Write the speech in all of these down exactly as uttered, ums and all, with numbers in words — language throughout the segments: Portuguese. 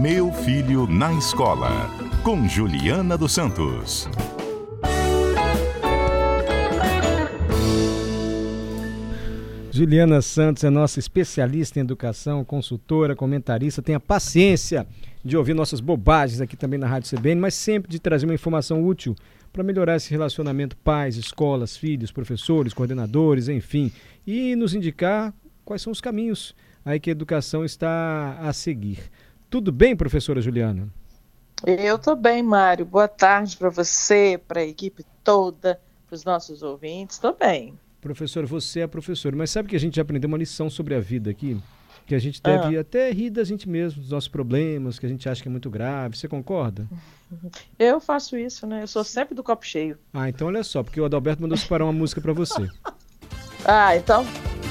Meu Filho na Escola, com Juliana dos Santos. Juliana Santos é nossa especialista em educação, consultora, comentarista. Tenha paciência de ouvir nossas bobagens aqui também na Rádio C B N, mas sempre de trazer uma informação útil para melhorar esse relacionamento pais, escolas, filhos, professores, coordenadores, enfim, e nos indicar quais são os caminhos aí que a educação está a seguir. Tudo bem, professora Juliana? Eu estou bem, Mário. Boa tarde para você, para a equipe toda, para os nossos ouvintes. Estou bem. Professor, você é professor, mas sabe que a gente já aprendeu uma lição sobre a vida aqui? Que a gente deve ah. até rir da gente mesmo, dos nossos problemas, que a gente acha que é muito grave. Você concorda? Eu faço isso, né? Eu sou sempre do copo cheio. Ah, então olha só, porque o Adalberto mandou separar uma música para você. Ah, então...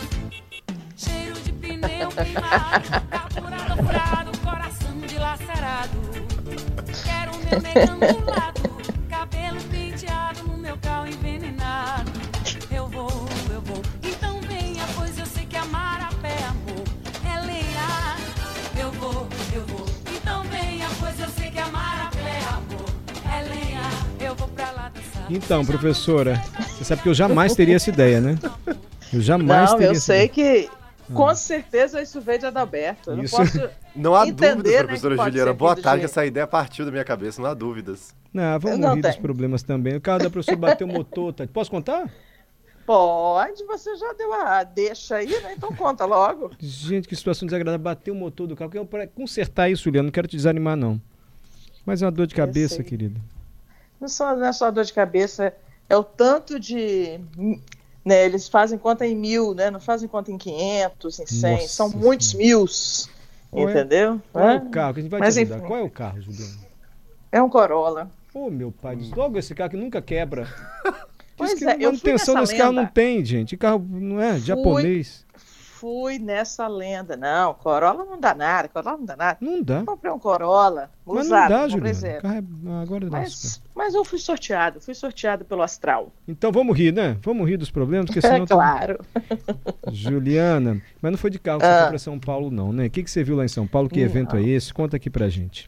Cheiro de pneu queimado, capurado, furado, coração dilacerado. Quero o meu negão do lado, cabelo penteado no meu carro envenenado. Eu vou, eu vou, então venha, pois eu sei que amar a pé, amor, é lenha. Eu vou, eu vou, então venha, pois eu sei que amar a pé, amor, é lenha. Eu vou pra lá dançar. Então, professora, você sabe que eu jamais teria essa ideia, né? Eu jamais não, teria eu essa sei ideia. que com ah. certeza isso veio de Adalberto. Eu não posso não há entender, dúvidas, professora né, Juliana. Boa tarde, que essa ideia partiu da minha cabeça, não há dúvidas. Não, vamos não rir tem. dos problemas também. O carro da professora bateu o motor, tá? Posso contar? Pode, você já deu a deixa aí, né? Então conta logo. Gente, que situação desagradável. Bateu o motor do carro. Para consertar isso, Juliana, não quero te desanimar, não. Mas é uma dor de cabeça, querida. Não, só, não é só dor de cabeça, é o tanto de... Né, eles fazem conta em mil, né? Não fazem conta em quinhentos, em cem. Nossa, são muitos mils, entendeu? Qual é, qual é o carro? Que a gente vai Mas, te ajudar. enfim, qual é o carro, Juliana? É um Corolla. Ô, oh, meu pai, diz logo esse carro que nunca quebra. Pois que é, eu fui manutenção nessa desse lenda. carro não tem, gente. Carro não é fui, japonês. Fui nessa lenda. Não, Corolla não dá nada, Corolla não dá nada. Não dá. Eu comprei um Corolla mas usado, não dá, Juliana. Carro é... Agora mas, mas eu fui sorteado, fui sorteado pelo Astral. Então vamos rir, né? Vamos rir dos problemas, porque senão... É claro. Tá... Juliana, mas não foi de carro que ah. você foi para São Paulo, não, né? O que, que você viu lá em São Paulo? Que não. evento é esse? Conta aqui pra gente.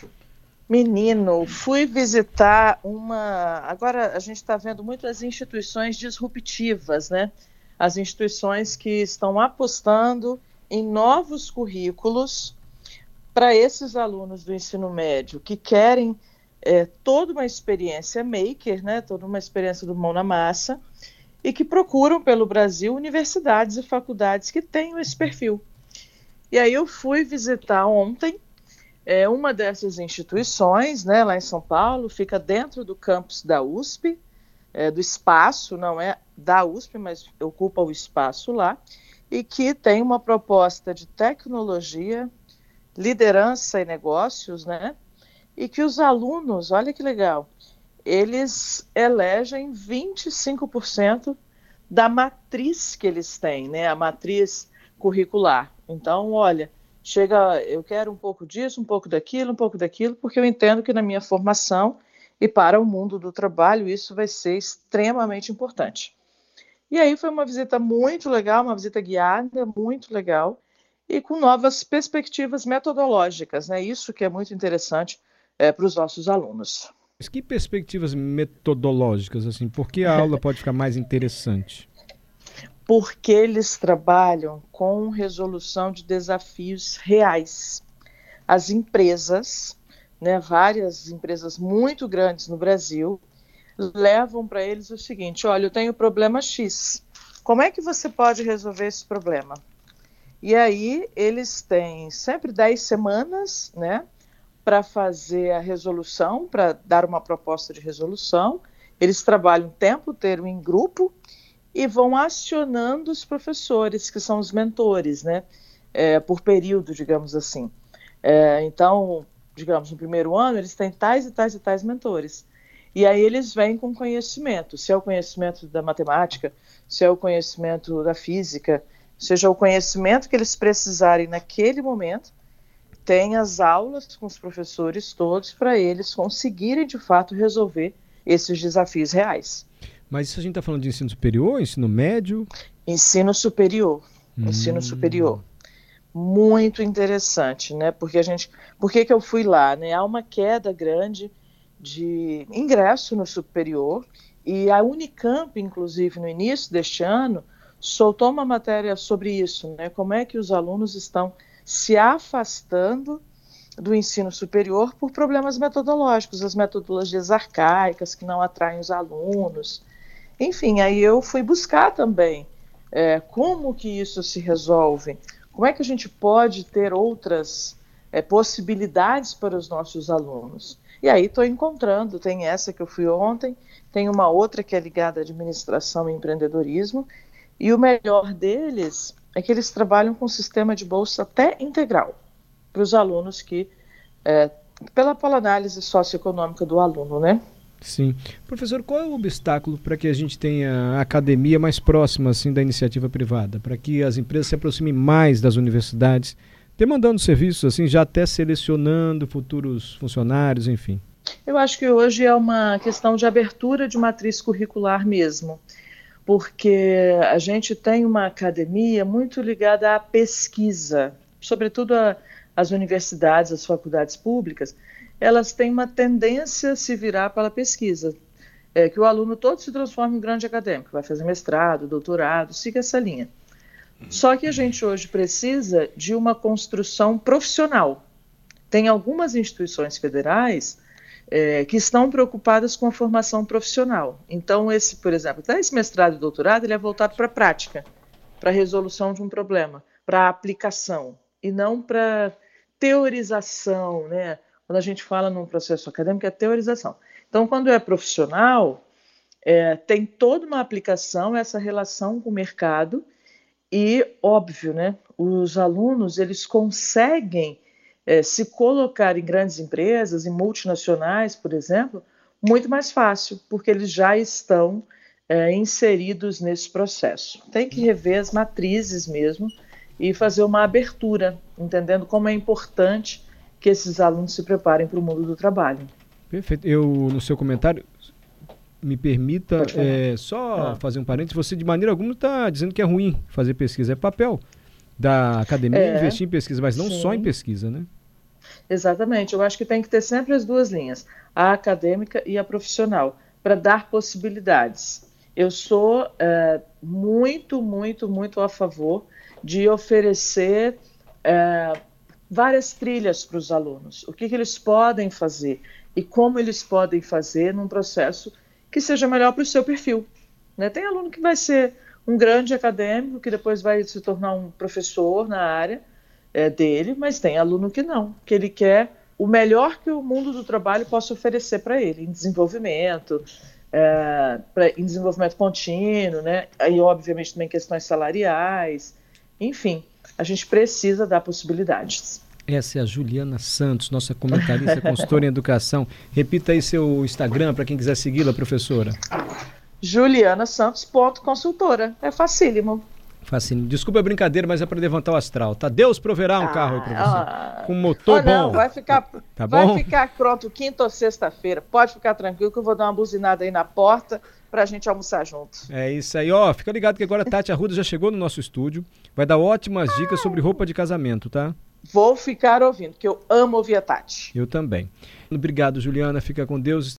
Menino, fui visitar uma... Agora a gente está vendo muitas instituições disruptivas, né? As instituições que estão apostando em novos currículos para esses alunos do ensino médio que querem é, toda uma experiência maker, né? Toda uma experiência do mão na massa, e que procuram pelo Brasil universidades e faculdades que tenham esse perfil. E aí eu fui visitar ontem É uma dessas instituições, né, lá em São Paulo, fica dentro do campus da U S P, é, do espaço, não é da U S P, mas ocupa o espaço lá, e que tem uma proposta de tecnologia, liderança e negócios, né, e que os alunos, olha que legal, eles elegem vinte e cinco por cento da matriz que eles têm, né, a matriz curricular. Então, olha... Chega, eu quero um pouco disso, um pouco daquilo, um pouco daquilo, porque eu entendo que na minha formação e para o mundo do trabalho isso vai ser extremamente importante. E aí foi uma visita muito legal, uma visita guiada, muito legal, e com novas perspectivas metodológicas, né? Isso que é muito interessante é, para os nossos alunos. Mas que perspectivas metodológicas, assim? Por que a aula pode ficar mais interessante? Porque eles trabalham com resolução de desafios reais. As empresas, né, várias empresas muito grandes no Brasil, levam para eles o seguinte: olha, eu tenho problema X, como é que você pode resolver esse problema? E aí eles têm sempre dez semanas, né, para fazer a resolução, para dar uma proposta de resolução. Eles trabalham o tempo inteiro em grupo, e vão acionando os professores, que são os mentores, né, é, por período, digamos assim. É, então, digamos, no primeiro ano, eles têm tais e tais e tais mentores. E aí eles vêm com conhecimento, se é o conhecimento da matemática, se é o conhecimento da física, seja o conhecimento que eles precisarem naquele momento, tem as aulas com os professores todos para eles conseguirem, de fato, resolver esses desafios reais. Mas isso a gente está falando de ensino superior, ensino médio? Ensino superior, hum. ensino superior. muito interessante, né? Porque a gente, por que que eu fui lá, né? Há uma queda grande de ingresso no superior e a Unicamp, inclusive, no início deste ano, soltou uma matéria sobre isso, né? Como é que os alunos estão se afastando do ensino superior por problemas metodológicos, as metodologias arcaicas que não atraem os alunos. Enfim, aí eu fui buscar também é, como que isso se resolve, como é que a gente pode ter outras é, possibilidades para os nossos alunos. E aí estou encontrando, tem essa que eu fui ontem, tem uma outra que é ligada à administração e empreendedorismo, e o melhor deles é que eles trabalham com sistema de bolsa até integral para os alunos que, é, pela, pela análise socioeconômica do aluno, né? Sim. Professor, qual é o obstáculo para que a gente tenha a academia mais próxima assim, da iniciativa privada? Para que as empresas se aproximem mais das universidades, demandando serviços, assim, já até selecionando futuros funcionários, enfim? Eu acho que hoje é uma questão de abertura de matriz curricular mesmo, porque a gente tem uma academia muito ligada à pesquisa, sobretudo a, as universidades, as faculdades públicas, elas têm uma tendência a se virar para a pesquisa, é, que o aluno todo se transforme em um grande acadêmico, vai fazer mestrado, doutorado, siga essa linha. Só que a gente hoje precisa de uma construção profissional. Tem algumas instituições federais é, que estão preocupadas com a formação profissional. Então, esse, por exemplo, até esse mestrado e doutorado, ele é voltado para a prática, para a resolução de um problema, para a aplicação, e não para teorização, né? Quando a gente fala num processo acadêmico, é teorização. Então, quando é profissional, é, tem toda uma aplicação, essa relação com o mercado, e, óbvio, né, os alunos eles conseguem é, se colocar em grandes empresas, em multinacionais, por exemplo, muito mais fácil, porque eles já estão é, inseridos nesse processo. Tem que rever as matrizes mesmo e fazer uma abertura, entendendo como é importante que esses alunos se preparem para o mundo do trabalho. Perfeito. Eu, no seu comentário, me permita é, só ah. fazer um parênteses, você de maneira alguma está dizendo que é ruim fazer pesquisa, é papel da academia é, investir em pesquisa, mas não sim. só em pesquisa, né? Exatamente, eu acho que tem que ter sempre as duas linhas, a acadêmica e a profissional, para dar possibilidades. Eu sou é, muito, muito, muito a favor de oferecer é, várias trilhas para os alunos, o que, que eles podem fazer e como eles podem fazer num processo que seja melhor para o seu perfil. Né? Tem aluno que vai ser um grande acadêmico, que depois vai se tornar um professor na área é, dele, mas tem aluno que não, que ele quer o melhor que o mundo do trabalho possa oferecer para ele, em desenvolvimento, é, pra, em desenvolvimento contínuo, né? Aí obviamente também questões salariais, enfim, a gente precisa dar possibilidades. Essa é a Juliana Santos, nossa comentarista, consultora em educação. Repita aí seu Instagram para quem quiser segui-la, professora. juliana santos ponto consultora. É facílimo. Facílimo. Desculpa a brincadeira, mas é para levantar o astral. Tá? Deus proverá um ah, carro aí para você. Ah, com um motor oh, não, bom. Vai ficar, tá vai bom? ficar pronto quinta ou sexta-feira. Pode ficar tranquilo que eu vou dar uma buzinada aí na porta pra gente almoçar junto. É isso aí, ó. Fica ligado que agora a Tati Arruda já chegou no nosso estúdio. Vai dar ótimas dicas sobre roupa de casamento, tá? Vou ficar ouvindo, porque eu amo ouvir a Tati. Eu também. Obrigado, Juliana. Fica com Deus.